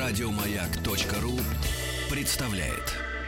Радиомаяк.ру представляет.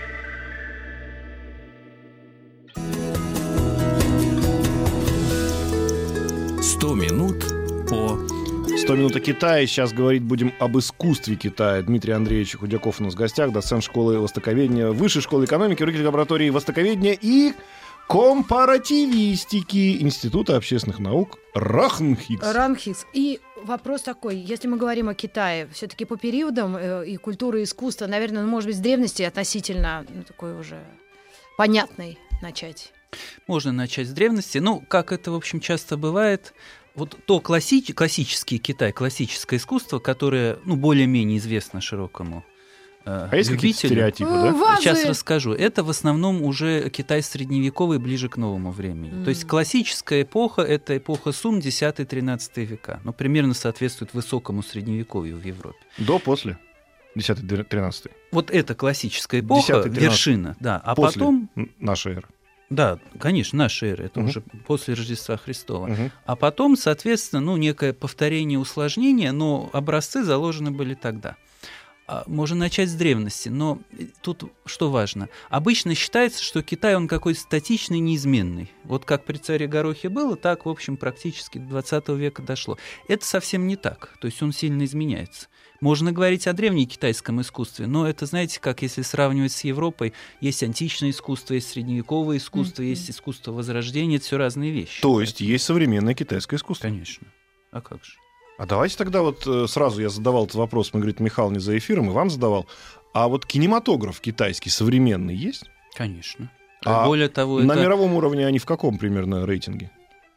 «100 минут о...» 100 минут о Китае. Сейчас говорить будем об искусстве Китая. Дмитрий Андреевич Худяков у нас в гостях, доцент школы востоковедения, Высшей школы экономики, руководитель лаборатории востоковедения и компаративистики Института общественных наук РАНХИКС. И вопрос такой, если мы говорим о Китае, все-таки по периодам и культуры, и искусства, наверное, может быть, с древности относительно такой уже понятной начать. Можно начать с древности. Ну, как это, в общем, часто бывает, вот то классический Китай, классическое искусство, которое, более-менее известно широкому есть какие-то стереотипы, да? Сейчас расскажу. Это в основном уже Китай средневековый, ближе к новому времени. То есть классическая эпоха — это эпоха Сун, 10-13 века. Примерно соответствует высокому средневековью в Европе. После? 10-13. Вот это классическая эпоха, вершина. Да. А после потом... нашей эры. Да, конечно, наша эра, это уже после Рождества Христова. А потом, соответственно, некое повторение, усложнение, но образцы заложены были тогда. Можно начать с древности, но тут что важно. Обычно считается, что Китай, он какой-то статичный, неизменный. Вот как при царе Горохе было, так, в общем, практически до 20 века дошло. Это совсем не так, то есть он сильно изменяется. Можно говорить о древнекитайском искусстве, но это, знаете, как если сравнивать с Европой, есть античное искусство, есть средневековое искусство, есть искусство Возрождения, это все разные вещи. То есть есть современное китайское искусство? Конечно. А как же? А давайте тогда сразу я задавал этот вопрос Маргарите Михайловне за эфиром, и вам задавал. А вот кинематограф китайский современный есть? Конечно. Более того, на мировом уровне они в каком примерно рейтинге?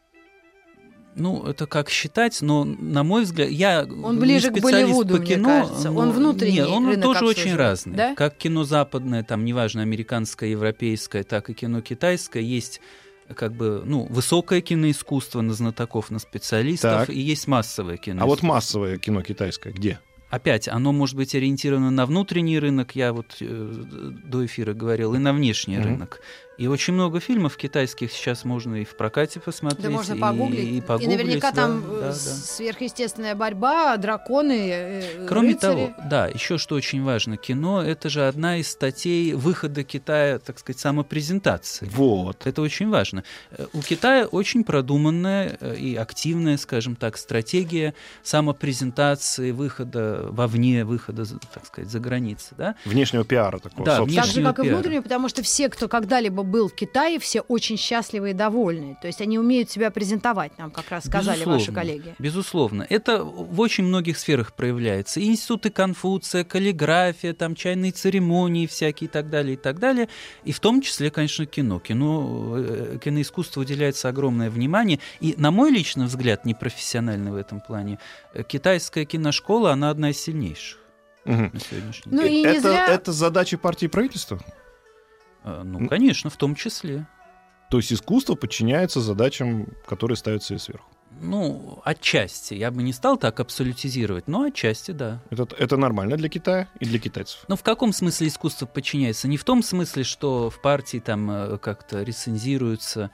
Это как считать, но, на мой взгляд, он ближе к Болливуду, по кино, мне кажется. Он внутренний нет, он рынок тоже обслуживает, очень разный. Да? Как кино западное, неважно, американское, европейское, так и кино китайское, есть высокое киноискусство на знатоков, на специалистов, и есть массовое кино. А вот массовое кино китайское где? Опять, оно может быть ориентировано на внутренний рынок, я до эфира говорил, и на внешний рынок. И очень много фильмов китайских сейчас можно и в прокате посмотреть. Да можно погуглить. И погуглить, наверняка там сверхъестественная борьба, драконы, Кроме рыцари. того, еще что очень важно, кино — это же одна из статей выхода Китая, так сказать, самопрезентации. Вот. Это очень важно. У Китая очень продуманная и активная, скажем так, стратегия самопрезентации, выхода вовне, выхода, так сказать, за границы. Да? Внешнего пиара такого. Да, так же, как и внутреннего, потому что все, кто когда-либо был в Китае, все очень счастливы и довольны. То есть они умеют себя презентовать, нам как раз сказали ваши коллеги. Безусловно. Это в очень многих сферах проявляется. Институты Конфуция, каллиграфия, чайные церемонии всякие и так далее, и так далее. И в том числе, конечно, кино. Киноискусству уделяется огромное внимание. И, на мой личный взгляд, непрофессиональный в этом плане, китайская киношкола, она одна из сильнейших на сегодняшний день. Это задача партии и правительства? Конечно, в том числе. То есть искусство подчиняется задачам, которые ставятся и сверху? Отчасти. Я бы не стал так абсолютизировать, но отчасти, да. Это нормально для Китая и для китайцев? В каком смысле искусство подчиняется? Не в том смысле, что в партии как-то рецензируются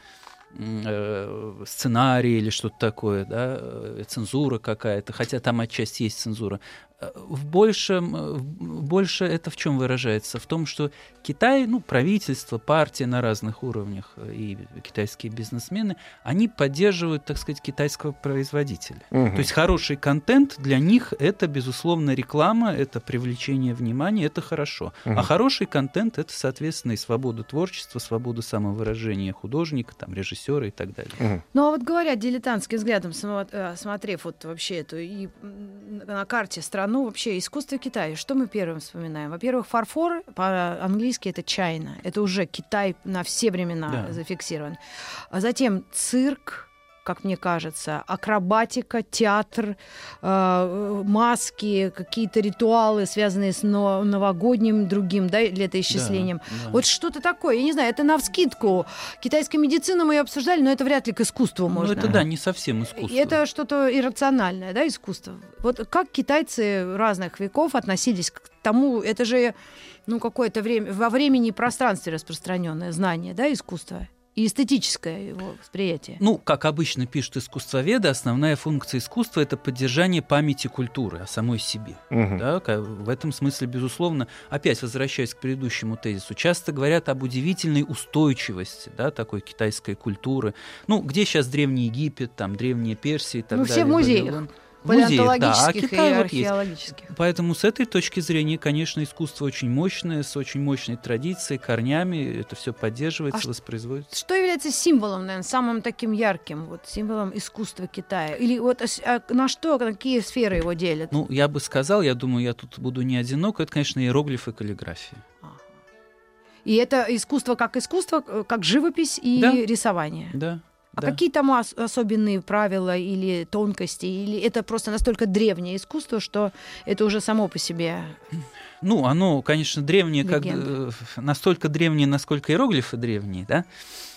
сценарий или что-то такое, да, цензура какая-то, хотя там отчасти есть цензура. Больше это в чем выражается? В том, что Китай, правительство, партия на разных уровнях и китайские бизнесмены, они поддерживают, так сказать, китайского производителя. То есть хороший контент для них — это, безусловно, реклама, это привлечение внимания, это хорошо. А хороший контент — это, соответственно, и свобода творчества, свобода самовыражения художника, режиссера и так далее. А вот говоря дилетантским взглядом, смотрев вообще эту и на карте страну, вообще искусство Китая, что мы первым вспоминаем? Во-первых, фарфор, по-английски это China, это уже Китай на все времена зафиксирован. А затем цирк, как мне кажется, акробатика, театр, маски, какие-то ритуалы, связанные с новогодним другим, летоисчислением. Да. Вот что-то такое. Я не знаю, это навскидку. Китайскую медицину мы ее обсуждали, но это вряд ли к искусству можно. Это, не совсем искусство. Это что-то иррациональное, искусство. Вот как китайцы разных веков относились к тому, это же какое-то время, во времени и пространстве распространенное знание, искусство. и эстетическое его восприятие. Ну, как обычно пишут искусствоведы, основная функция искусства — это поддержание памяти культуры о самой себе. Да, в этом смысле, безусловно, опять возвращаясь к предыдущему тезису, часто говорят об удивительной устойчивости, да, такой китайской культуры. Ну, где сейчас Древний Египет, там, Древняя Персия и так далее. Все в музеях. Палеонтологических и археологических. Поэтому с этой точки зрения, конечно, искусство очень мощное, с очень мощной традицией, корнями. Это все поддерживается, воспроизводится. Что является символом, наверное, самым таким ярким, вот, символом искусства Китая? Или вот на что, какие сферы его делят? Ну, я бы сказал, я думаю, я тут буду не одинок, это, конечно, иероглифы и каллиграфия. И это искусство, как живопись и рисование? Да. А какие там особенные правила или тонкости? Или это просто настолько древнее искусство, что это уже само по себе? Ну, оно, конечно, древнее, настолько древнее, насколько иероглифы древние, да?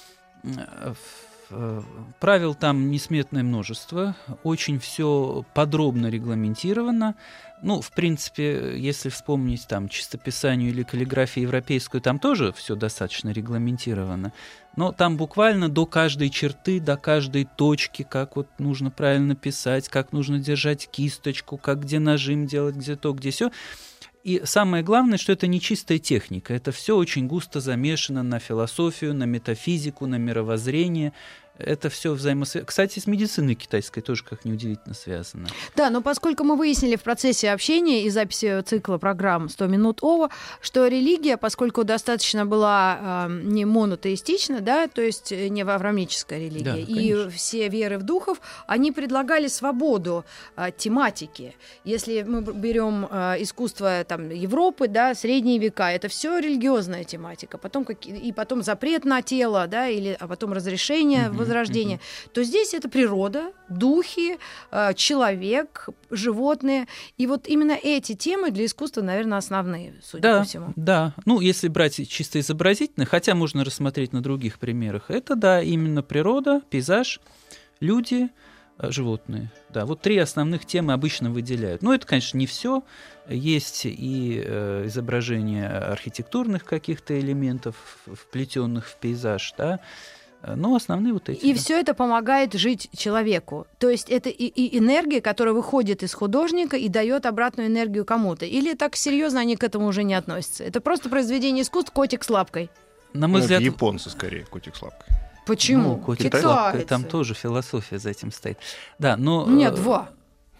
Правил там несметное множество, очень все подробно регламентировано. Ну, в принципе, если вспомнить там чистописанию или каллиграфию европейскую, там тоже все достаточно регламентировано. Но там буквально до каждой черты, до каждой точки, как вот нужно правильно писать, как нужно держать кисточку, как где нажим делать, где то, где сё. И самое главное, что это не чистая техника. Это все очень густо замешано на философию, на метафизику, на мировоззрение. Это все взаимосвязано. Кстати, с медициной китайской тоже, как неудивительно, связано. Да, но поскольку мы выяснили в процессе общения и записи цикла программ «100 минут ОВО», что религия, поскольку достаточно была не монотеистична, да, то есть не авраамическая религия, да, и все веры в духов, они предлагали свободу тематики. Если мы берем искусство там, Европы, да, средние века, это все религиозная тематика. Потом запрет на тело, да, а потом разрешение возрождения, то здесь это природа, духи, человек, животные. И вот именно эти темы для искусства, наверное, основные, судя по всему. Да, ну, если брать чисто изобразительно, хотя можно рассмотреть на других примерах, это, да, именно природа, пейзаж, люди, животные. Да, вот три основных темы обычно выделяют. Но это, конечно, не все. Есть и изображения архитектурных каких-то элементов, вплетенных в пейзаж, да. Но основные вот эти. И все это помогает жить человеку. То есть это и энергия, которая выходит из художника и дает обратную энергию кому-то. Или так серьезно они к этому уже не относятся? Это просто произведение искусств «Котик с лапкой». На мой взгляд, японцы скорее «Котик с лапкой». Почему? «Котик с лапкой», там тоже философия за этим стоит. Да, но... Нет, два.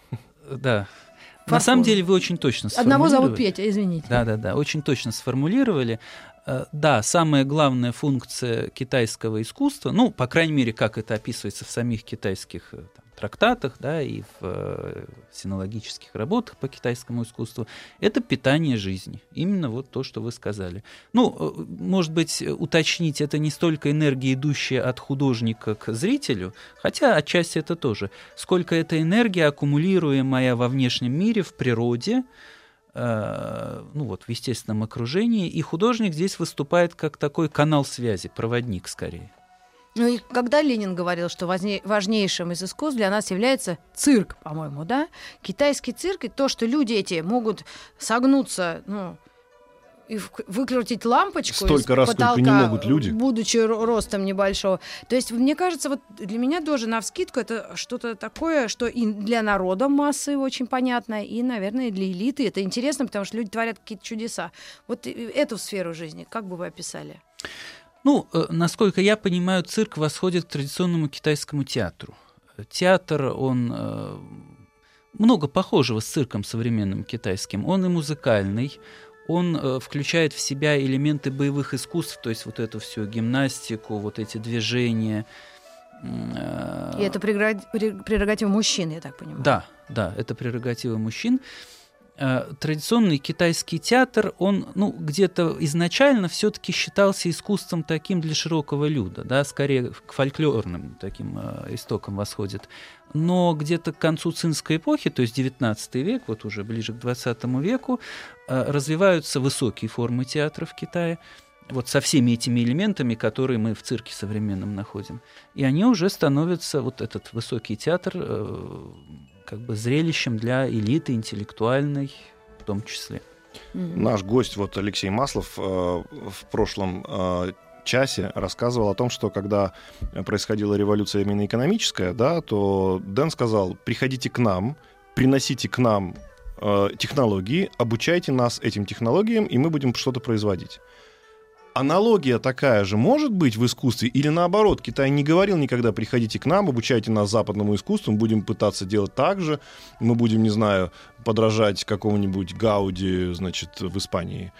Да. На самом деле вы очень точно сформулировали. Одного зовут Петя, извините. Да, очень точно сформулировали. Да, самая главная функция китайского искусства, ну, по крайней мере, как это описывается в самих китайских трактатах, да, и в синологических работах по китайскому искусству, это питание жизни. Именно вот то, что вы сказали. Ну, может быть, уточнить, это не столько энергия, идущая от художника к зрителю, хотя отчасти это тоже, сколько это энергия, аккумулируемая во внешнем мире, в природе, ну вот, в естественном окружении, и художник здесь выступает как такой канал связи, проводник скорее. Ну и когда Ленин говорил, что важнейшим из искусств для нас является цирк, по-моему, да? Китайский цирк, и то, что люди эти могут согнуться, ну, и выкрутить лампочку столько раз, потолка, сколько не могут люди, будучи ростом небольшого. То есть, мне кажется, вот для меня тоже навскидку это что-то такое, что и для народа массы очень понятно, и, наверное, и для элиты. Это интересно, потому что люди творят какие-то чудеса. Вот эту сферу жизни как бы вы описали? Ну, насколько я понимаю, цирк восходит к традиционному китайскому театру. Театр, он много похожего с цирком современным китайским. Он и музыкальный, он включает в себя элементы боевых искусств, то есть вот эту всю гимнастику, вот эти движения. И это прерогатива мужчин, я так понимаю. Да, это прерогатива мужчин. Традиционный китайский театр, он, ну, где-то изначально все-таки считался искусством таким для широкого люда, да, скорее к фольклорным таким истокам восходит. Но где-то к концу цинской эпохи, то есть XIX век, вот уже ближе к XX веку, развиваются высокие формы театра в Китае, вот со всеми этими элементами, которые мы в цирке современном находим. И они уже становятся, вот этот высокий театр, как бы зрелищем для элиты интеллектуальной в том числе. Наш гость, вот Алексей Маслов, в прошлом часе рассказывал о том, что когда происходила революция именно экономическая, да, то Дэн сказал: приходите к нам, приносите к нам технологии, обучайте нас этим технологиям, и мы будем что-то производить. Аналогия такая же может быть в искусстве, или наоборот, Китай не говорил никогда: приходите к нам, обучайте нас западному искусству, мы будем пытаться делать так же, мы будем, не знаю, подражать какому-нибудь Гауди, значит, в Испании.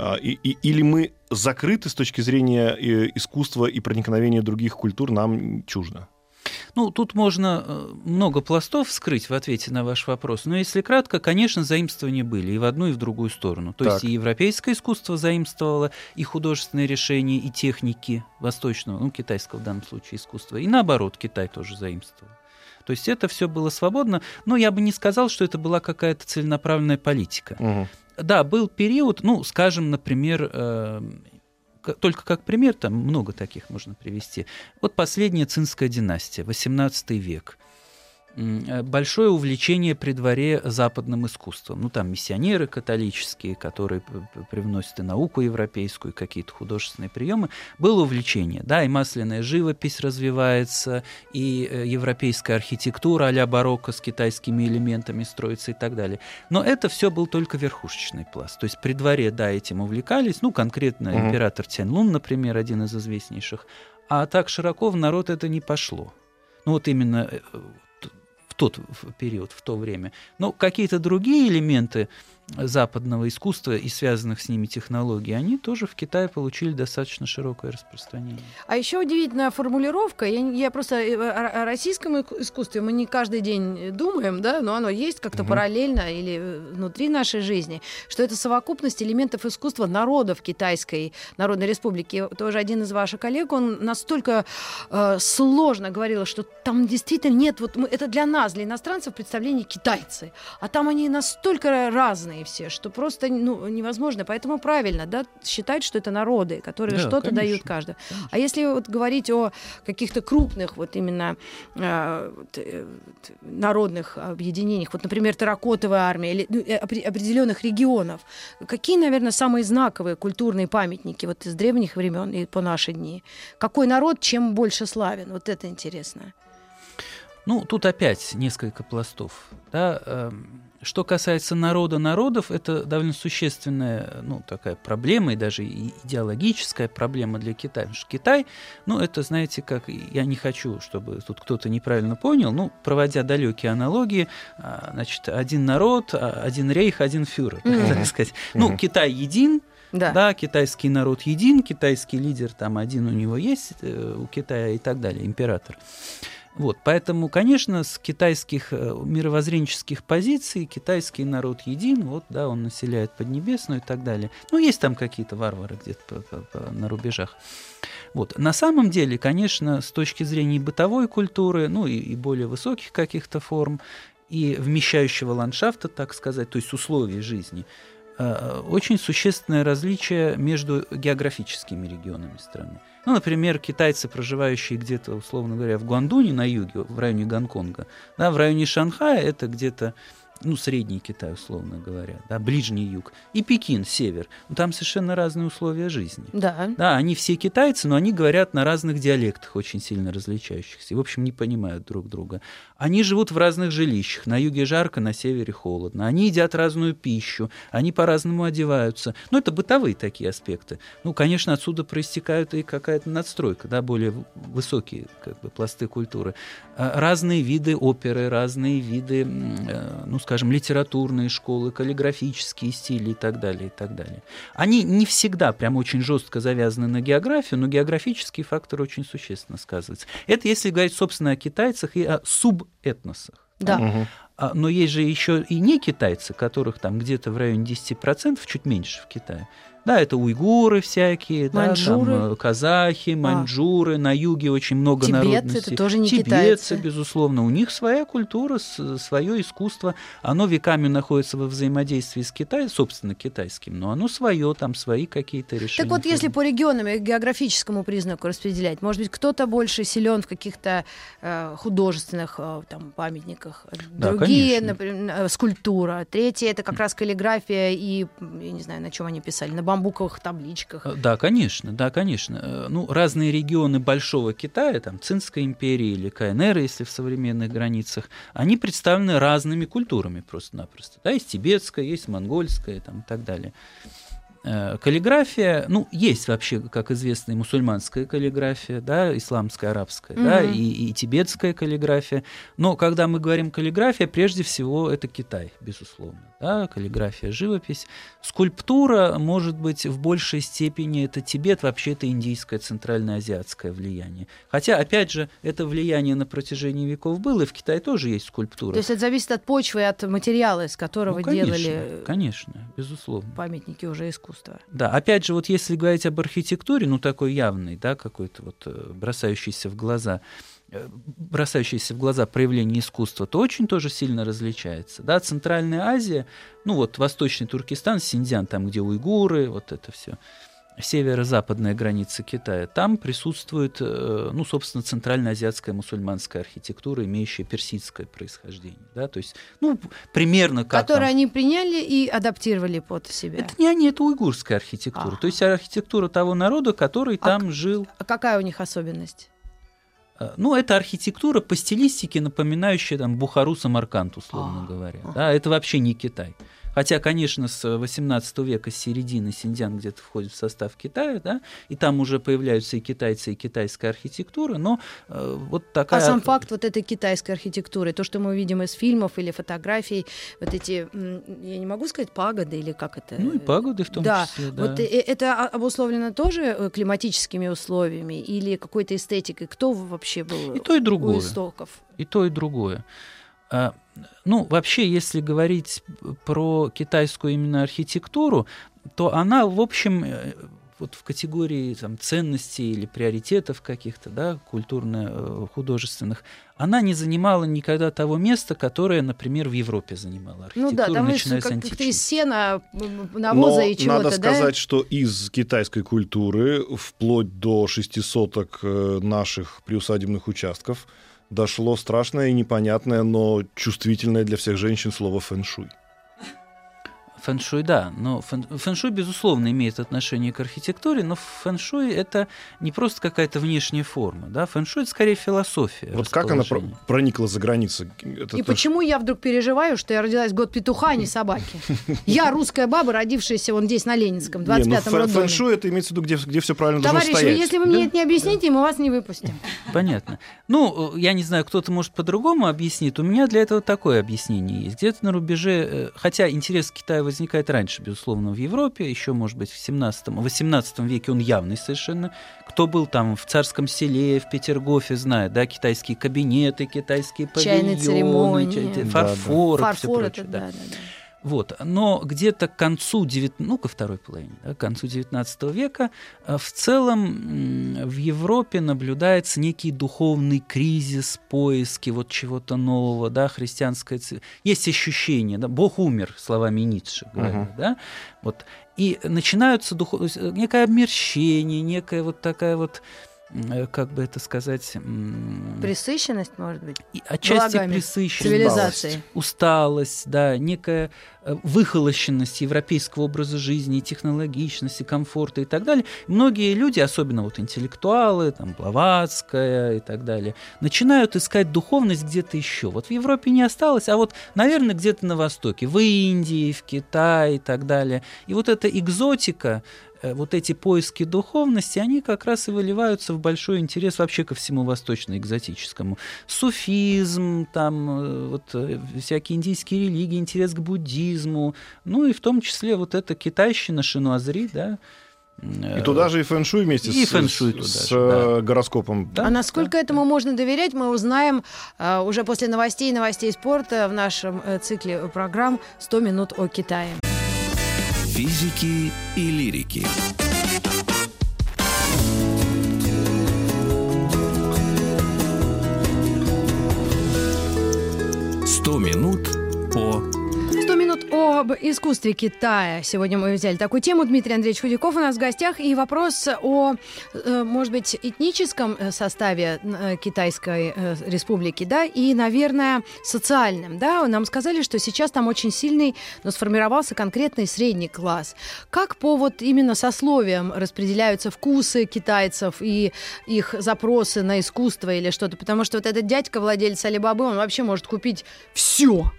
Или мы закрыты с точки зрения искусства и проникновения других культур, нам чуждо? Ну, тут можно много пластов вскрыть в ответе на ваш вопрос, но если кратко, конечно, заимствования были и в одну, и в другую сторону. То есть и европейское искусство заимствовало, и художественные решения, и техники восточного, ну, китайского в данном случае искусства, и наоборот, Китай тоже заимствовал. То есть это все было свободно, но я бы не сказал, что это была какая-то целенаправленная политика. Угу. Да, был период, ну, скажем, например, только как пример, там много таких можно привести. Вот последняя Цинская династия, XVIII век. Большое увлечение при дворе западным искусством. Ну, там миссионеры католические, которые привносят и науку европейскую, и какие-то художественные приемы. Было увлечение, да, и масляная живопись развивается, и европейская архитектура а-ля барокко с китайскими элементами строится и так далее. Но это все был только верхушечный пласт. То есть при дворе, да, этим увлекались, ну, конкретно император Тяньлун, например, один из известнейших, а так широко в народ это не пошло. Ну, вот именно тот период, в то время. Но какие-то другие элементы западного искусства и связанных с ними технологий, они тоже в Китае получили достаточно широкое распространение. А еще удивительная формулировка. Я просто о российском искусстве мы не каждый день думаем, да, но оно есть как-то параллельно или внутри нашей жизни, что это совокупность элементов искусства народов Китайской Народной Республики. Тоже один из ваших коллег, он настолько сложно говорил, что там действительно нет, вот это для нас, для иностранцев представление китайцы, а там они настолько разные все, что просто невозможно. Поэтому правильно, да, считать, что это народы, которые что-то конечно, дают каждому. Конечно. А если вот говорить о каких-то крупных вот именно народных объединениях, вот, например, терракотовая армия или определенных регионов, какие, наверное, самые знаковые культурные памятники вот из древних времен и по наши дни? Какой народ чем больше славен? Вот это интересно. Ну, тут опять несколько пластов. Да? Что касается народов, это довольно существенная, ну, такая проблема, и даже идеологическая проблема для Китая. Потому что Китай, ну, это, знаете, как, я не хочу, чтобы тут кто-то неправильно понял, ну, проводя далекие аналогии, значит, один народ, один рейх, один фюрер, так сказать. Ну, Китай един, да, китайский народ един, китайский лидер там один у него есть, у Китая и так далее, император. Вот, поэтому, конечно, с китайских мировоззренческих позиций китайский народ един, вот, да, он населяет Поднебесную и так далее. Ну, есть там какие-то варвары где-то на рубежах. Вот. На самом деле, конечно, с точки зрения бытовой культуры, ну, и более высоких каких-то форм, и вмещающего ландшафта, так сказать, то есть условий жизни, очень существенное различие между географическими регионами страны. Ну, например, китайцы, проживающие где-то, условно говоря, в Гуандуне на юге, в районе Гонконга, да, в районе Шанхая, это где-то, ну, средний Китай, условно говоря, да, ближний юг, и Пекин, север. Ну, там совершенно разные условия жизни. Да. Да, они все китайцы, но они говорят на разных диалектах, очень сильно различающихся, и, в общем, не понимают друг друга. Они живут в разных жилищах. На юге жарко, на севере холодно. Они едят разную пищу, они по-разному одеваются. Ну, это бытовые такие аспекты. Ну, конечно, отсюда проистекают и какая-то надстройка, да, более высокие как бы пласты культуры. Разные виды оперы, разные виды, ну, скажем, литературные школы, каллиграфические стили и так далее, и так далее. Они не всегда прям очень жестко завязаны на географию, но географический фактор очень существенно сказывается. Это если говорить, собственно, о китайцах и о субэтносах. Да. Но есть же еще и не китайцы, которых там где-то в районе 10%, чуть меньше в Китае. Да, это уйгуры всякие, маньчжуры. Да, там, казахи, маньчжуры, на юге очень много народностей. Тибетцы, это тоже не тибетцы, китайцы. Безусловно. У них своя культура, свое искусство. Оно веками находится во взаимодействии с Китаем, собственно, китайским, но оно свое, там свои какие-то решения. Так вот, если по регионам и географическому признаку распределять, может быть, кто-то больше силен в каких-то художественных там, памятниках, да, другие, например, скульптура, третьи — это как раз каллиграфия и, я не знаю, на чем они писали, на бамбуковых табличках. Да, конечно, да, конечно. Ну, разные регионы Большого Китая, там, Цинской империи или КНР, если в современных границах, они представлены разными культурами просто-напросто. Да, есть тибетская, есть монгольская там, и так далее. Каллиграфия, ну, есть вообще, как известно, и мусульманская каллиграфия, да, исламская, арабская, да, и тибетская каллиграфия. Но когда мы говорим каллиграфия, прежде всего это Китай, безусловно. Да, каллиграфия, живопись. Скульптура, может быть, в большей степени это Тибет, вообще это индийское, центральноазиатское влияние. Хотя, опять же, это влияние на протяжении веков было, и в Китае тоже есть скульптура. То есть это зависит от почвы, от материала, из которого конечно, делали конечно, безусловно. памятники уже искусства. Да, опять же, вот если говорить об архитектуре, ну, такой явный, да, какой-то вот бросающийся в глаза проявление искусства, то очень тоже сильно различается. Да, Центральная Азия, ну вот Восточный Туркестан, Синьцзян, там, где уйгуры, вот это все, северо-западная граница Китая, там присутствует, ну, собственно, центральноазиатская мусульманская архитектура, имеющая персидское происхождение. Да, то есть, ну, примерно как Которые там... они приняли и адаптировали под себя. Это не они, это уйгурская архитектура. То есть архитектура того народа, который там жил. А какая у них особенность? Ну, это архитектура по стилистике, напоминающая там Бухару, Самарканд, условно говоря. Да, это вообще не Китай. Хотя, конечно, с XVIII века, с середины Синьцзян где-то входит в состав Китая, да, и там уже появляются и китайцы, и китайская архитектура, но вот такая... А сам факт вот этой китайской архитектуры, то, что мы видим из фильмов или фотографий, вот эти, я не могу сказать, пагоды или как это? Ну и пагоды в том числе, да. Вот это обусловлено тоже климатическими условиями или какой-то эстетикой? Кто вообще был и то, и другое. У истоков? И то, и другое. Ну, вообще, если говорить про китайскую именно архитектуру, то она, в общем, вот в категории там, ценностей или приоритетов каких-то, да, культурно-художественных, она не занимала никогда того места, которое, например, в Европе занимала архитектура, ну да, там начиная с античности. Как-то из сена, навоза и чего-то, надо сказать, что из китайской культуры вплоть до 600 наших приусадебных участков дошло страшное и непонятное, но чувствительное для всех женщин слово «фэншуй». Фэншуй, да, но фэншуй, безусловно, имеет отношение к архитектуре, но фэншуй — это не просто какая-то внешняя форма, да, фэншуй — это скорее философия. Вот как она проникла за границу? И почему я вдруг переживаю, что я родилась в год петуха, а не собаки? Я русская баба, родившаяся вон здесь, на Ленинском, 25-м роддоме. Фэншуй — это имеется в виду, где все правильно должно стоять. Товарищи, если вы мне это не объясните, мы вас не выпустим. Понятно. Ну, я не знаю, кто-то, может, по-другому объяснит. У меня для этого такое объяснение есть. Где-то на рубеже, хотя интерес к Китаю возникает раньше, безусловно, в Европе, еще, может быть, в XVIII веке он явный совершенно. Кто был там в Царском Селе, в Петергофе, знает, да, китайские кабинеты, китайские павильоны, чайные церемонии, фарфор, все фарфор прочее. Это, да. Вот. Но где-то к концу, ко второй половине, да, к концу XIX века в целом в Европе наблюдается некий духовный кризис, поиски вот чего-то нового, да, христианское... Есть ощущение, да, Бог умер, словами Ницше, говоря, да, вот. И начинаются некое обмерщение, некая вот такая вот, как бы это сказать... Пресыщенность, может быть? Отчасти пресыщенность. Цивилизации. Усталость, да, некая выхолощенность европейского образа жизни, технологичности, комфорта и так далее. Многие люди, особенно вот интеллектуалы, там, Блаватская и так далее, начинают искать духовность где-то еще. Вот в Европе не осталось, а вот, наверное, где-то на Востоке, в Индии, в Китае и так далее. И вот эта экзотика, вот эти поиски духовности, они как раз и выливаются в большой интерес вообще ко всему восточно-экзотическому. Суфизм, там, вот, всякие индийские религии, интерес к буддизму, ну и в том числе вот эта китайщина, шинуазри, да. И туда же и фэншуй вместе с гороскопом. Да? А насколько этому можно доверять, мы узнаем уже после новостей спорта в нашем цикле программ «100 минут о Китае». Физики и лирики. «100 минут о...» 100 минут о Об искусстве Китая. Сегодня мы взяли такую тему. Дмитрий Андреевич Худяков у нас в гостях. И вопрос о, может быть, этническом составе Китайской республики, да, и, наверное, социальном, да. Нам сказали, что сейчас там очень сильный, но сформировался конкретный средний класс. Как по вот именно сословиям распределяются вкусы китайцев и их запросы на искусство или что-то? Потому что вот этот дядька, владелец Алибабы, он вообще может купить все.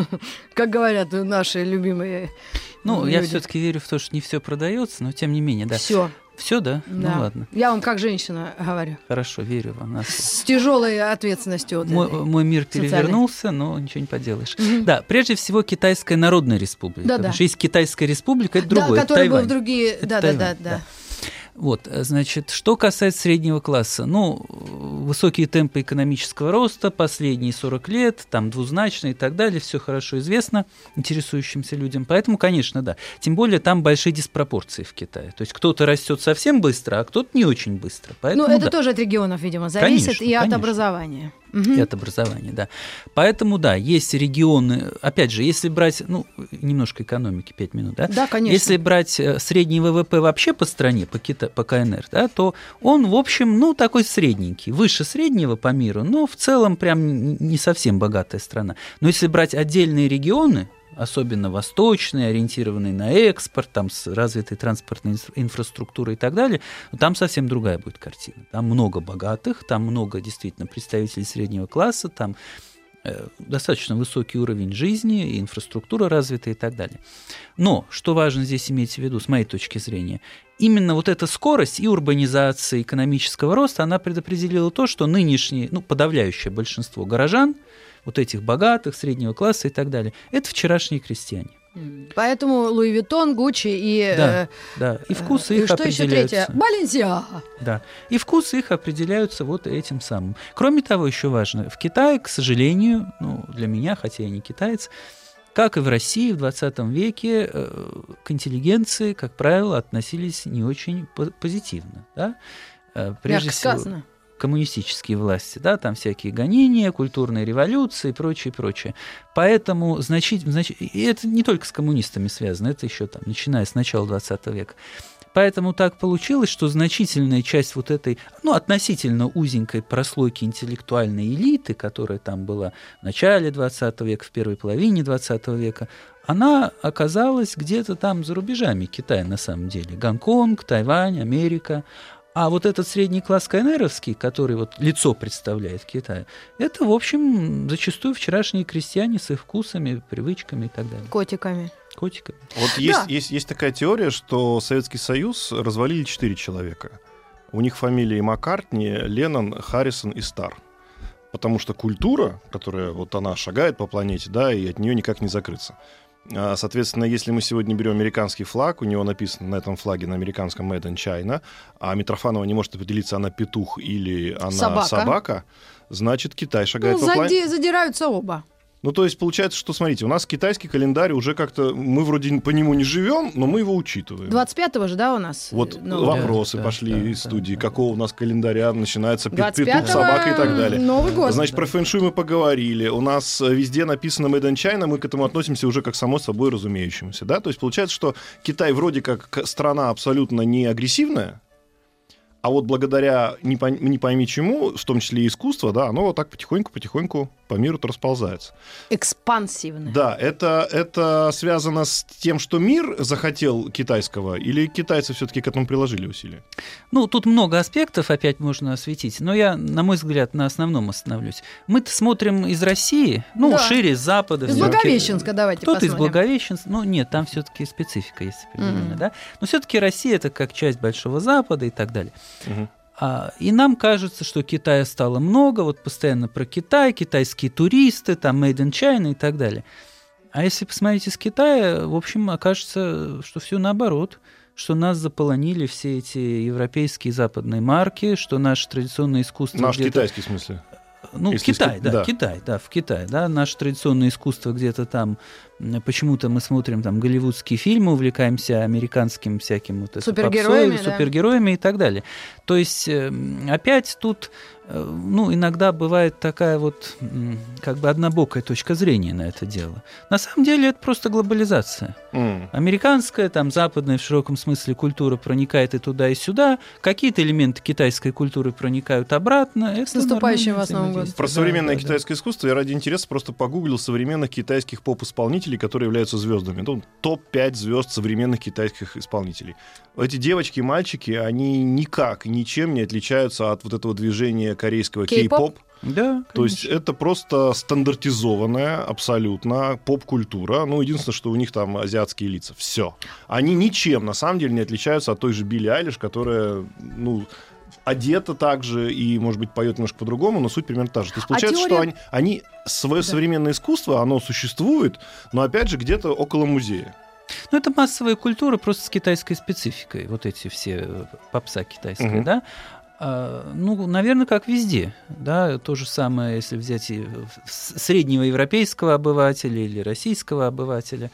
Как говорят наши любимые. Ну, я все-таки верю в то, что не все продается, но тем не менее, да. Все. Все, да? Да. Ну ладно. Я вам как женщина говорю. Хорошо, верю вам. С тяжелой ответственностью. Вот мой мир перевернулся, но ничего не поделаешь. Да, прежде всего Китайская Народная Республика. Да, потому что есть Китайская Республика, это другое. Да, которая была в другие. Да. Вот, значит, что касается среднего класса, ну, высокие темпы экономического роста, последние 40 лет, там, двузначные и так далее, все хорошо известно интересующимся людям, поэтому, конечно, да. Тем более там большие диспропорции в Китае. То есть кто-то растет совсем быстро, а кто-то не очень быстро. Поэтому, ну, это тоже от регионов, видимо, зависит, конечно, и от конечно. образования. И от образования, да. Поэтому, да, есть регионы, опять же, если брать, ну, немножко экономики, 5 минут, да? Да, конечно. Если брать средний ВВП вообще по стране, по КНР, да, то он, в общем, ну, такой средненький, выше среднего по миру, но в целом прям не совсем богатая страна. Но если брать отдельные регионы, особенно восточные, ориентированные на экспорт, там с развитой транспортной инфраструктурой и так далее, там совсем другая будет картина. Там много богатых, там много действительно представителей среднего класса, там достаточно высокий уровень жизни, инфраструктура развита и так далее. Но, что важно здесь иметь в виду, с моей точки зрения, именно вот эта скорость и урбанизация экономического роста, она предопределила то, что нынешнее, ну, подавляющее большинство горожан, вот этих богатых, среднего класса и так далее, это вчерашние крестьяне. Поэтому Луи Виттон, Гуччи и... Да, и вкусы их что определяются. еще третье? Баленсиага. Да, и вкусы их определяются вот этим самым. Кроме того, еще важно, в Китае, к сожалению, ну, для меня, хотя я не китаец, как и в России в 20 веке, к интеллигенции, как правило, относились не очень позитивно. Да? Прежде всего, сказано. Коммунистические власти, да, там всякие гонения, культурные революции и прочее. Поэтому и это не только с коммунистами связано, это еще там, начиная с начала 20 века. Поэтому так получилось, что значительная часть вот этой, ну, относительно узенькой прослойки интеллектуальной элиты, которая там была в начале 20 века, в первой половине 20 века, она оказалась где-то там за рубежами Китая на самом деле. Гонконг, Тайвань, Америка. А вот этот средний класс КНРовский, который вот лицо представляет Китай, это, в общем, зачастую вчерашние крестьяне с их вкусами, привычками и так далее. Котиками. Вот есть такая теория, что Советский Союз развалили 4 человека. У них фамилии Маккартни, Леннон, Харрисон и Старр. Потому что культура, которая вот она шагает по планете, да, и от нее никак не закрыться. Соответственно, если мы сегодня берем американский флаг, у него написано на этом флаге на американском Made in China, а Митрофанова не может определиться, она петух или она собака, значит, Китай шагает по планете. Задираются оба. Ну, то есть, получается, что, смотрите, у нас китайский календарь уже как-то, мы вроде по нему не живем, но мы его учитываем. 25-го же, да, у нас? Вот вопросы пошли из студии, какого у нас календаря начинается петух, собака и так далее. Новый год. Значит, про фэн-шуй мы поговорили. У нас везде написано Made in China, мы к этому относимся уже как само собой разумеющемуся, да? То есть, получается, что Китай вроде как страна абсолютно не агрессивная, а вот благодаря не пойми чему, в том числе и искусство, да, оно вот так потихоньку по миру-то расползается. Экспансивно. Да, это связано с тем, что мир захотел китайского, или китайцы все-таки к этому приложили усилия? Ну, тут много аспектов опять можно осветить, но я, на мой взгляд, на основном остановлюсь. Мы-то смотрим из России, ну, шире, с Запада. Из Благовещенска давайте посмотрим. Кто-то из Благовещенска, ну, нет, там все-таки специфика есть определенная, да. Но все-таки Россия — это как часть Большого Запада и так далее. И нам кажется, что Китая стало много, вот постоянно про Китай, китайские туристы, там Made in China и так далее. А если посмотреть из Китая, в общем, окажется, что все наоборот, что нас заполонили все эти европейские западные марки, что наше традиционное искусство... Наш китайский, в смысле? Ну, Китай, в Китае, да, наше традиционное искусство где-то там, почему-то мы смотрим там голливудские фильмы, увлекаемся американским всяким вот супергероями, попсой, супергероями и так далее. То есть опять тут иногда бывает такая вот как бы однобокая точка зрения на это дело. На самом деле это просто глобализация. Американская, там, западная в широком смысле культура проникает и туда, и сюда. Какие-то элементы китайской культуры проникают обратно. Это с наступающим вас Новым годом. Про современное китайское искусство я ради интереса просто погуглил современных китайских поп-исполнителей, которые являются звездами. Топ-5 звезд современных китайских исполнителей. Эти девочки и мальчики, они никак, ничем не отличаются от вот этого движения корейского кей-поп. Да, то есть это просто стандартизованная абсолютно поп-культура. Единственное, что у них там азиатские лица. Все. Они ничем, на самом деле, не отличаются от той же Билли Айлиш, которая, одета так же и, может быть, поет немножко по-другому, но суть примерно та же. То есть получается, что они свое современное искусство, оно существует, но, опять же, где-то около музея. Это массовая культура просто с китайской спецификой. Вот эти все попса китайская, да? Наверное, как везде. Да? То же самое, если взять и среднего европейского обывателя или российского обывателя.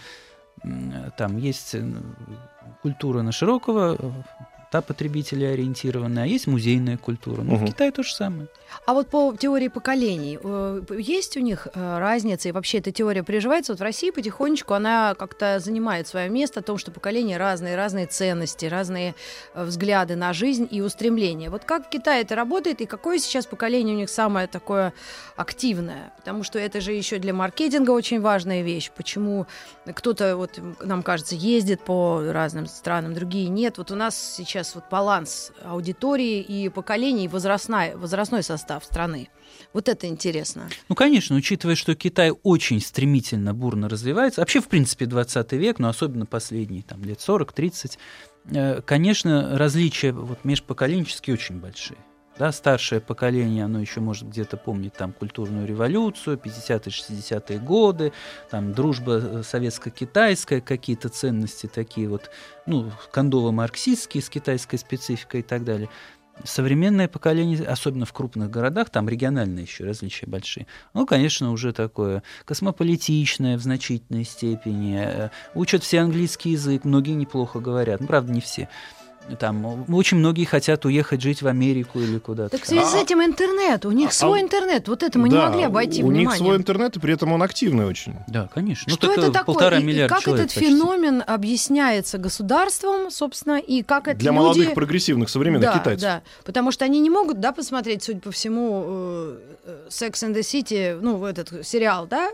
Там есть культура на широкого потребителя ориентированная, а есть музейная культура. В Китае то же самое. А вот по теории поколений, есть у них разница, и вообще эта теория приживается? Вот в России потихонечку она как-то занимает свое место о том, что поколения разные ценности, разные взгляды на жизнь и устремления. Вот как в Китае это работает, и какое сейчас поколение у них самое такое активное? Потому что это же еще для маркетинга очень важная вещь. Почему кто-то, вот нам кажется, ездит по разным странам, другие нет. Вот у нас сейчас вот баланс аудитории и поколений, возрастной состав страны. Вот это интересно. Конечно, учитывая, что Китай очень стремительно, бурно развивается, вообще, в принципе, 20 век, но особенно последние лет 40-30, конечно, различия межпоколенческие очень большие. Да, старшее поколение, оно еще может где-то помнить культурную революцию, 50-е, 60-е годы, дружба советско-китайская, какие-то ценности такие кондово-марксистские с китайской спецификой и так далее. Современное поколение, особенно в крупных городах, там региональные еще различия большие, конечно, уже такое космополитичное в значительной степени, учат все английский язык, многие неплохо говорят, правда, не все. Очень многие хотят уехать жить в Америку или куда-то. Так в связи с этим интернет, у них свой интернет, вот это мы не могли обойти вниманием. У них свой интернет, и при этом он активный очень. Да, конечно. Что это такое? 1,5 миллиарда как человек этот феномен объясняется государством, собственно, и как это для молодых, прогрессивных, современных китайцев. Да, потому что они не могут, посмотреть, судя по всему, Sex and the City, этот сериал, да?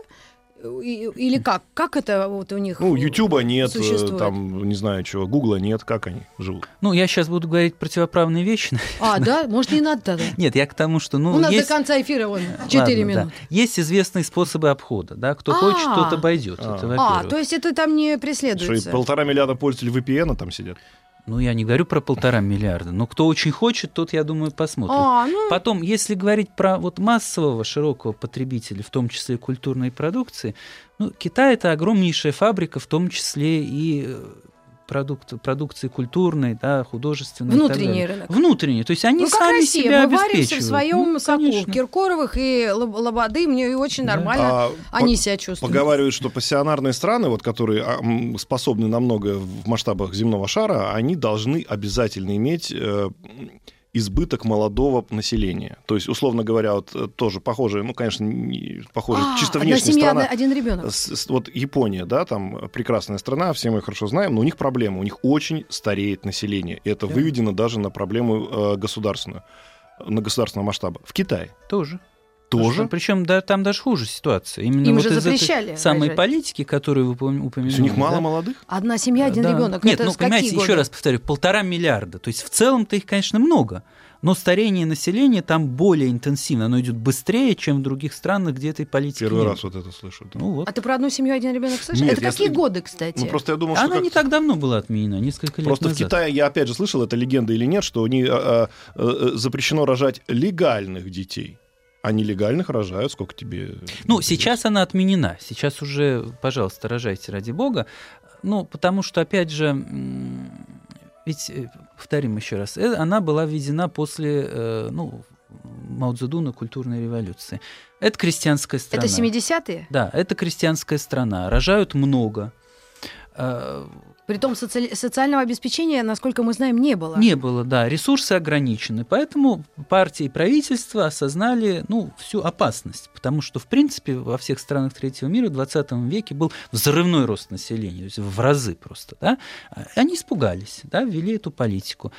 Или как? Как это у них Ютуба нет, существует? не знаю чего, Гугла нет, как они живут? Я сейчас буду говорить противоправные вещи. Да? Может, не надо тогда? Нет, я к тому, что... У нас до конца эфира 4 минуты. Да. Есть известные способы обхода, да? Кто хочет, тот обойдет. Это, во-первых. То есть это там не преследуется? Что, и 1,5 миллиарда пользователей VPN там сидят? Я не говорю про 1,5 миллиарда, но кто очень хочет, тот, я думаю, посмотрит. Потом, если говорить про массового, широкого потребителя, в том числе культурной продукции, Китай – это огромнейшая фабрика, в том числе и продукции культурной, художественной. Внутренний рынок. Внутренний. То есть они сами Россия. себя Мы обеспечивают. варимся в своем соку. Киркоровых и Лободы, мне очень нормально они себя чувствуют. Поговаривают, что пассионарные страны, которые способны на многое в масштабах земного шара, они должны обязательно иметь избыток молодого населения. То есть, условно говоря, тоже похожие, конечно, чисто внешняя страна. Одна семья, один ребенок. Япония, там прекрасная страна, все мы хорошо знаем, но у них проблема, у них очень стареет население. И это выведено даже на проблему государственную, на государственного масштаба. В Китае. Тоже. Причем там даже хуже ситуация. Именно им же запрещали этой самой политики, которую вы упомянули. У них мало молодых? Одна семья, один ребенок. Нет, понимаете, еще раз повторю, 1,5 миллиарда. То есть в целом-то их, конечно, много. Но старение населения там более интенсивно. Оно идет быстрее, чем в других странах, где этой политики Первый нет. раз это слышу. Да. А ты про одну семью, один ребенок слышал? Это какие годы, кстати? Просто я думал, Она не так давно была отменена, несколько лет просто назад. В Китае, я опять же слышал, это легенда или нет, что запрещено рожать легальных детей. А нелегальных рожают, сколько тебе... Сейчас она отменена. Сейчас уже, пожалуйста, рожайте ради бога. Потому что, опять же, ведь, повторим еще раз, она была введена после Мао Цзэдуна, культурной революции. Это крестьянская страна. Это 70-е? Да, это крестьянская страна. Рожают много. Притом социального обеспечения, насколько мы знаем, не было. Не было, да. Ресурсы ограничены. Поэтому партии и правительство осознали всю опасность. Потому что, в принципе, во всех странах третьего мира в 20 веке был взрывной рост населения, то есть в разы просто. Да? Они испугались, да, ввели эту политику.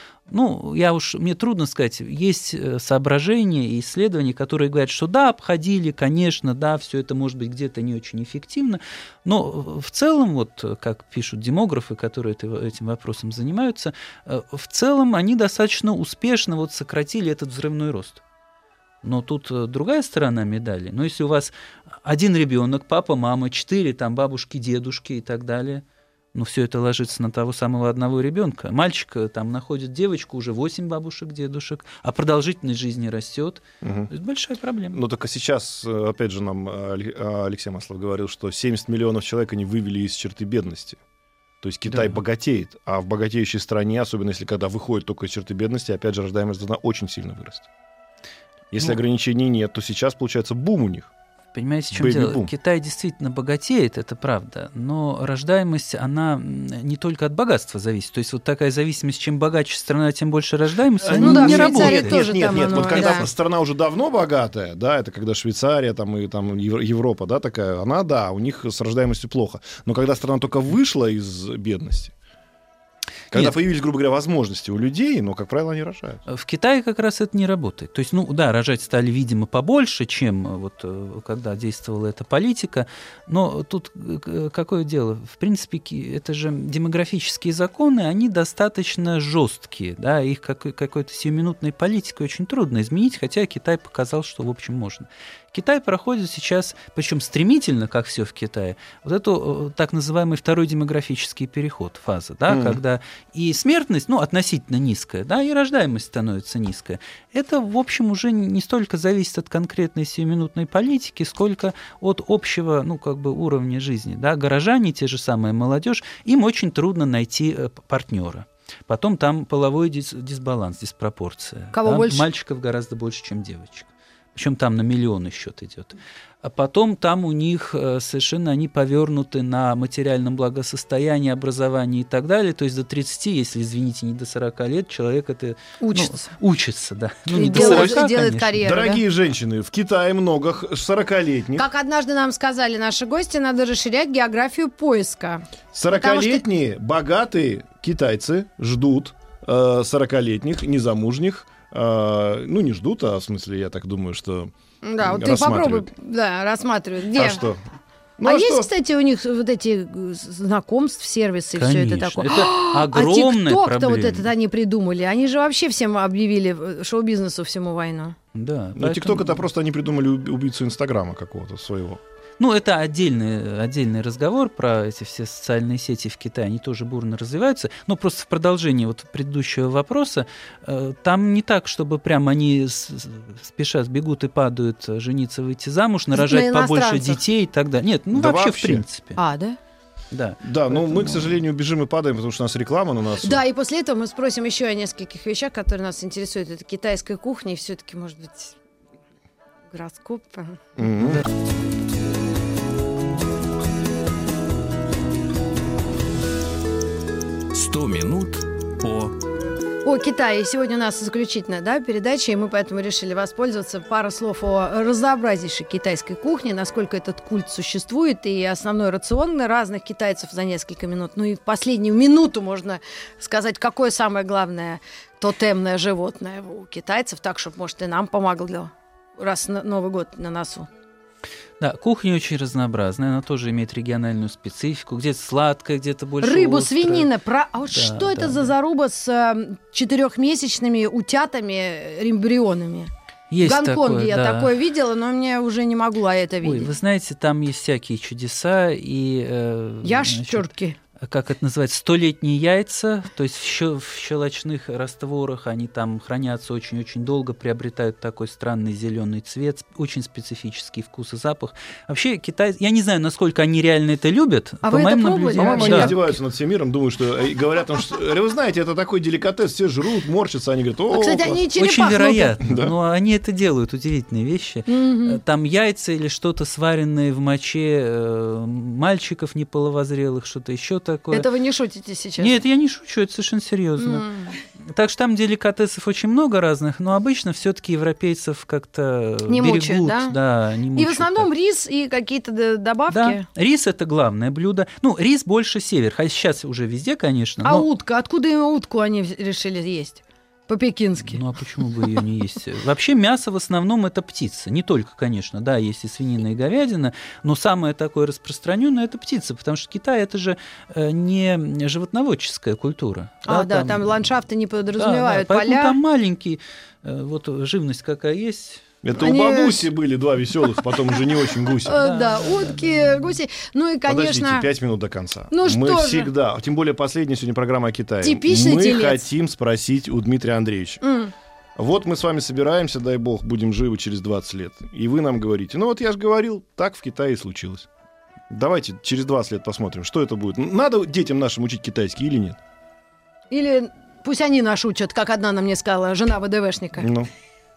Мне трудно сказать, есть соображения и исследования, которые говорят, что да, обходили, конечно, да, все это может быть где-то не очень эффективно, но в целом, как пишут демографы, которые этим вопросом занимаются, в целом они достаточно успешно сократили этот взрывной рост. Но тут другая сторона медали. Но если у вас один ребенок, папа, мама, 4 бабушки, дедушки и так далее, все это ложится на того самого одного ребенка. Мальчик находит девочку, уже 8 бабушек, дедушек, а продолжительность жизни растет. Угу. Это большая проблема. Только сейчас, опять же, нам Алексей Маслов говорил, что 70 миллионов человек они вывели из черты бедности. То есть Китай богатеет, а в богатеющей стране, особенно если когда выходит только из черты бедности, опять же, рождаемость должна очень сильно вырасти. Если ограничений нет, то сейчас получается бум у них. Понимаете, в чем дело? Китай действительно богатеет, это правда, но рождаемость, она не только от богатства зависит. То есть такая зависимость, чем богаче страна, тем больше рождаемость, не работает. Нет. Когда страна уже давно богатая, да, это когда Швейцария и Европа, да, такая, у них с рождаемостью плохо. Но когда страна только вышла из бедности, когда появились, грубо говоря, возможности у людей, но, как правило, они рожают. В Китае как раз это не работает. То есть, рожать стали, видимо, побольше, чем когда действовала эта политика. Но тут какое дело? В принципе, это же демографические законы, они достаточно жесткие. Да? Их какой-то сиюминутной политикой очень трудно изменить, хотя Китай показал, что, в общем, можно. Китай проходит сейчас, причем стремительно, как все в Китае, эту так называемый второй демографический переход, фаза, да, когда и смертность, относительно низкая, да, и рождаемость становится низкая. Это, в общем, уже не столько зависит от конкретной сиюминутной политики, сколько от общего, уровня жизни, да. Горожане, те же самые молодежь, им очень трудно найти партнера. Потом там половой дисбаланс, диспропорция. Кого больше? Мальчиков гораздо больше, чем девочек. Причем там на миллионы счет идет. А потом там у них совершенно они повернуты на материальном благосостоянии, образовании и так далее. То есть до 30, если, извините, не до 40 лет, человек это... Учится, да. Не до 40, делает карьеру. Дорогие женщины, в Китае много 40-летних. Как однажды нам сказали наши гости, надо расширять географию поиска. 40-летние, богатые китайцы ждут 40-летних, незамужних, не ждут, а в смысле, я так думаю, что ты попробуй рассматривать. Где? А что? Есть, кстати, у них эти знакомств, сервисы, конечно, все это такое. Это огромная проблема. TikTok-то этот они придумали. Они же вообще всем объявили, шоу-бизнесу всему войну. Да. Но TikTok это просто они придумали убийцу Инстаграма какого-то своего. Это отдельный разговор про эти все социальные сети в Китае. Они тоже бурно развиваются. Но просто в продолжении предыдущего вопроса, там не так, чтобы прям они спешат, бегут и падают жениться, выйти замуж, нарожать побольше детей и так далее. Нет, вообще в принципе. Да? Да, поэтому... мы, к сожалению, бежим и падаем, потому что у нас реклама на нас. Да, и после этого мы спросим еще о нескольких вещах, которые нас интересуют. Это китайская кухня и все-таки, может быть, гороскоп. 100 минут о Китае. Сегодня у нас заключительная передача, и мы поэтому решили воспользоваться. Пару слов о разнообразнейшей китайской кухне, насколько этот культ существует, и основной рацион разных китайцев за несколько минут. И в последнюю минуту можно сказать, какое самое главное тотемное животное у китайцев, так, чтобы, может, и нам помогло, раз Новый год на носу. Да, кухня очень разнообразная, она тоже имеет региональную специфику. Где-то сладкая, где-то больше рыбу, острая. свинина. Что это за заруба с 4-месячными утятами, эмбрионами? Есть в Гонконге такое, я такое видела, но мне уже не могла это видеть. Ой, вы знаете, там есть всякие чудеса. Ящерки. Как это называется, 100-летние яйца, то есть в щелочных растворах они там хранятся очень-очень долго, приобретают такой странный зеленый цвет, очень специфический вкус и запах. Вообще китайцы, я не знаю, насколько они реально это любят. А вы это пробовали? По-моему, они издеваются над всем миром, думают, что говорят, что вы знаете, это такой деликатес, все жрут, морщатся, они говорят, кстати, они очень вероятно, но они это делают, удивительные вещи. Там яйца или что-то сваренное в моче мальчиков неполовозрелых, что-то еще такое. такое. Это вы не шутите сейчас? Нет, я не шучу, это совершенно серьезно. Так что там деликатесов очень много разных, но обычно все-таки европейцев как-то не берегут. мучают, да? Да, не мучают. И в основном рис и какие-то добавки? Да, рис – это главное блюдо. Ну, рис больше север, хотя сейчас уже везде, конечно. А утка? Откуда им утку они решили есть? По-пекински. Ну, а почему бы ее не есть? Вообще мясо в основном это птица. Не только, конечно, да, есть и свинина, и говядина, но самое такое распространенное это птица, потому что Китай это же не животноводческая культура. Да, там ландшафты не подразумевают поля. Поэтому там маленький, вот живность какая есть. Это у бабуси были два веселых, потом уже не очень гуси. Да, утки, гуси. Ну и, конечно... Подождите, 5 минут до конца. Ну что мы же? всегда, тем более последняя сегодня программа о Китае. Типичный мы телец. хотим спросить у Дмитрия Андреевича. Вот мы с вами собираемся, дай бог, будем живы через 20 лет. И вы нам говорите, ну вот я же говорил, так в Китае и случилось. Давайте через 20 лет посмотрим, что это будет. Надо детям нашим учить китайский или нет? Или пусть они нас учат, как одна нам мне сказала, жена ВДВшника. Ну.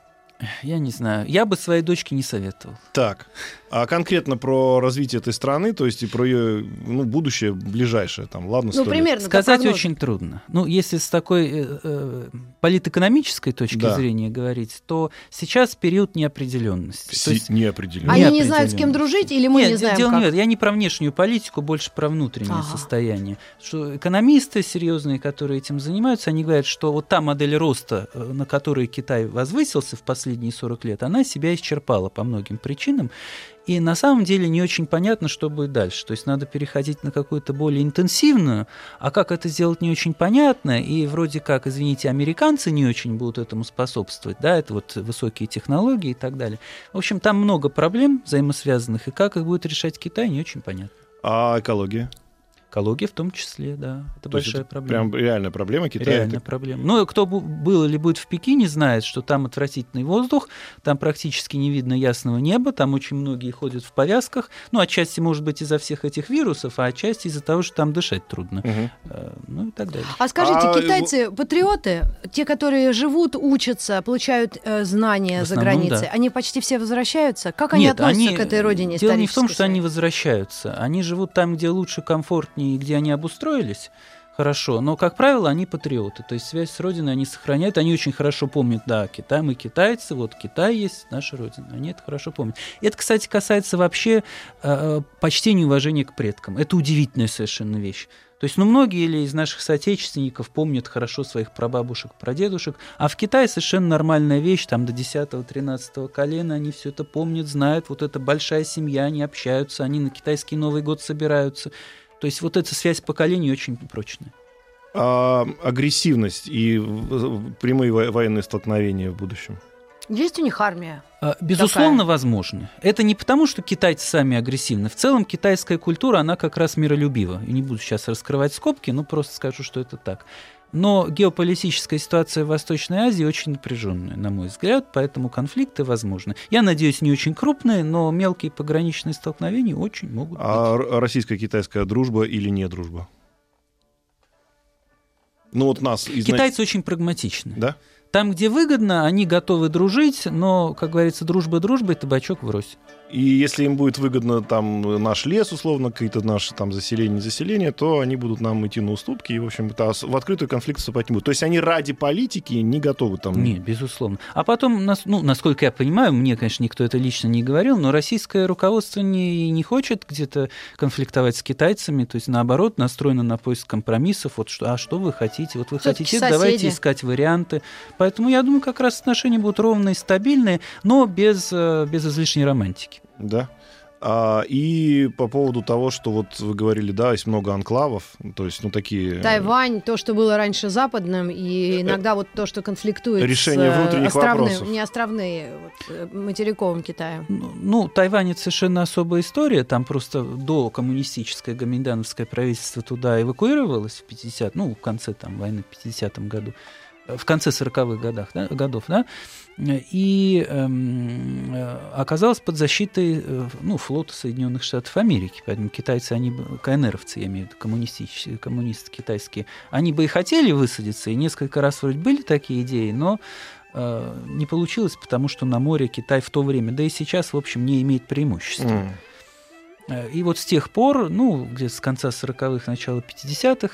Я не знаю. Я бы своей дочке не советовал. Так, а конкретно про развитие этой страны, то есть и про ее будущее ближайшее, там, ладно, 100 лет. Примерно. Сказать очень трудно. Ну, если с такой политэкономической точки зрения говорить, то сейчас период неопределенности. Неопределенности. Они не знают, с кем дружить, или мы не знаем, как? Нет, я не про внешнюю политику, больше про внутреннее состояние. Что экономисты серьезные, которые этим занимаются, они говорят, что вот та модель роста, на которой Китай возвысился в последние 40 лет, она себя исчерпала по многим причинам. И на самом деле не очень понятно, что будет дальше. То есть надо переходить на какую-то более интенсивную, а как это сделать, не очень понятно. И вроде как, извините, американцы не очень будут этому способствовать. Да, это вот высокие технологии и так далее. В общем, там много проблем взаимосвязанных, и как их будет решать Китай, не очень понятно. А экология? Экология в том числе, да. Это большая проблема. Прям реальная проблема Китая. Реальная проблема. Ну, кто был или будет в Пекине, знает, что там отвратительный воздух, там практически не видно ясного неба, там очень многие ходят в повязках. Ну, отчасти, может быть, из-за всех этих вирусов, а отчасти из-за того, что там дышать трудно. Ну и так далее. А скажите, китайцы патриоты, те, которые живут, учатся, получают знания за границей, они почти все возвращаются? Как они относятся к этой родине? Дело не в том, что они возвращаются. Они живут там, где лучше, комфортнее, где они обустроились, хорошо, но, как правило, они патриоты, то есть связь с родиной они сохраняют, они очень хорошо помнят, да, Китай, мы китайцы, вот Китай есть наша родина, они это хорошо помнят. Это, кстати, касается вообще почтения и уважения к предкам, это удивительная совершенно вещь. То есть, многие или из наших соотечественников помнят хорошо своих прабабушек, прадедушек, а в Китае совершенно нормальная вещь, там до 10-13 колена они все это помнят, знают, вот это большая семья, они общаются, они на китайский Новый год собираются. То есть вот эта связь поколений очень прочная. А агрессивность и прямые военные столкновения в будущем? Есть у них армия? Безусловно, возможно. Это не потому, что китайцы сами агрессивны. В целом китайская культура, она как раз миролюбива. И не буду сейчас раскрывать скобки, просто скажу, что это так. Но геополитическая ситуация в Восточной Азии очень напряженная, на мой взгляд, поэтому конфликты возможны. Я надеюсь, не очень крупные, но мелкие пограничные столкновения очень могут быть. А российско-китайская дружба или не дружба? Китайцы очень прагматичны. Да? Там, где выгодно, они готовы дружить, но, как говорится, дружба дружбой, табачок врозь. И если им будет выгодно там наш лес, условно, какие-то наши там заселения, то они будут нам идти на уступки, и, в общем-то, в открытый конфликт вступать не будут. То есть они ради политики не готовы там... Нет, безусловно. А потом, насколько я понимаю, мне, конечно, никто это лично не говорил, но российское руководство не хочет где-то конфликтовать с китайцами, то есть, наоборот, настроено на поиск компромиссов. Вот что вы хотите? Вот вы хотите, давайте искать варианты. Поэтому, я думаю, как раз отношения будут ровные, стабильные, но без излишней романтики. Да. И по поводу того, что вот вы говорили, да, есть много анклавов, то есть, такие... Taiwan, то, что было раньше западным, и иногда вот то, что конфликтует решение внутренних вопросов. Не островные, материковым Китаем. Тайвань — это совершенно особая история, там просто до коммунистическое гоминдановское правительство туда эвакуировалось в конце войны в 50-м году. В конце 40-х годов, да, и оказалась под защитой флота Соединенных Штатов Америки. Поэтому китайцы, КНРовцы, я имею в виду, коммунисты китайские, они бы и хотели высадиться, и несколько раз вроде были такие идеи, но не получилось, потому что на море Китай в то время, да и сейчас, в общем, не имеет преимущества. И вот с тех пор, где-то с конца 40-х, начала 50-х,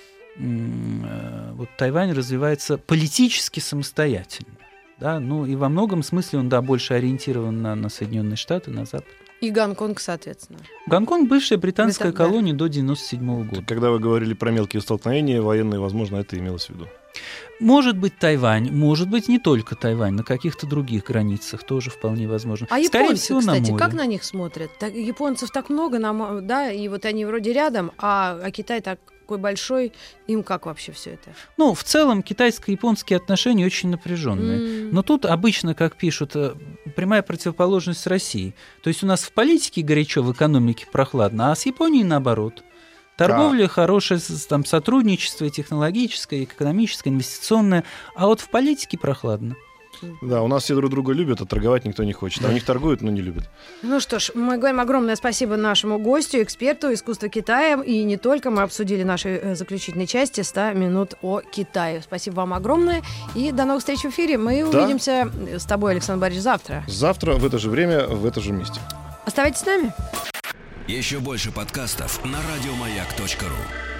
вот Тайвань развивается политически самостоятельно. Да? И во многом смысле он, больше ориентирован на Соединенные Штаты, на Запад. И Гонконг, соответственно. Гонконг — бывшая британская колония до 1997 года. Когда вы говорили про мелкие столкновения военные, возможно, это имелось в виду. Может быть, Тайвань, может быть, не только Тайвань, на каких-то других границах тоже вполне возможно. А Скорее японцы, всего, кстати, на море. как на них смотрят? Японцев так много, да, и вот они вроде рядом, а Китай такой большой, им как вообще все это? В целом китайско-японские отношения очень напряженные. Но тут обычно, как пишут, прямая противоположность с Россией. То есть у нас в политике горячо, в экономике прохладно, а с Японией наоборот. Торговля хорошая, там сотрудничество технологическое, экономическое, инвестиционное, а вот в политике прохладно. Да, у нас все друг друга любят, а торговать никто не хочет. А у них торгуют, но не любят. Ну что ж, мы говорим огромное спасибо нашему гостю, эксперту искусства Китая. И не только. Мы обсудили наши заключительные части 100 минут о Китае. Спасибо вам огромное. И до новых встреч в эфире. Мы увидимся с тобой, Александр Борисович, завтра. Завтра в это же время, в это же месте. Оставайтесь с нами. Еще больше подкастов на радиомаяк.ру.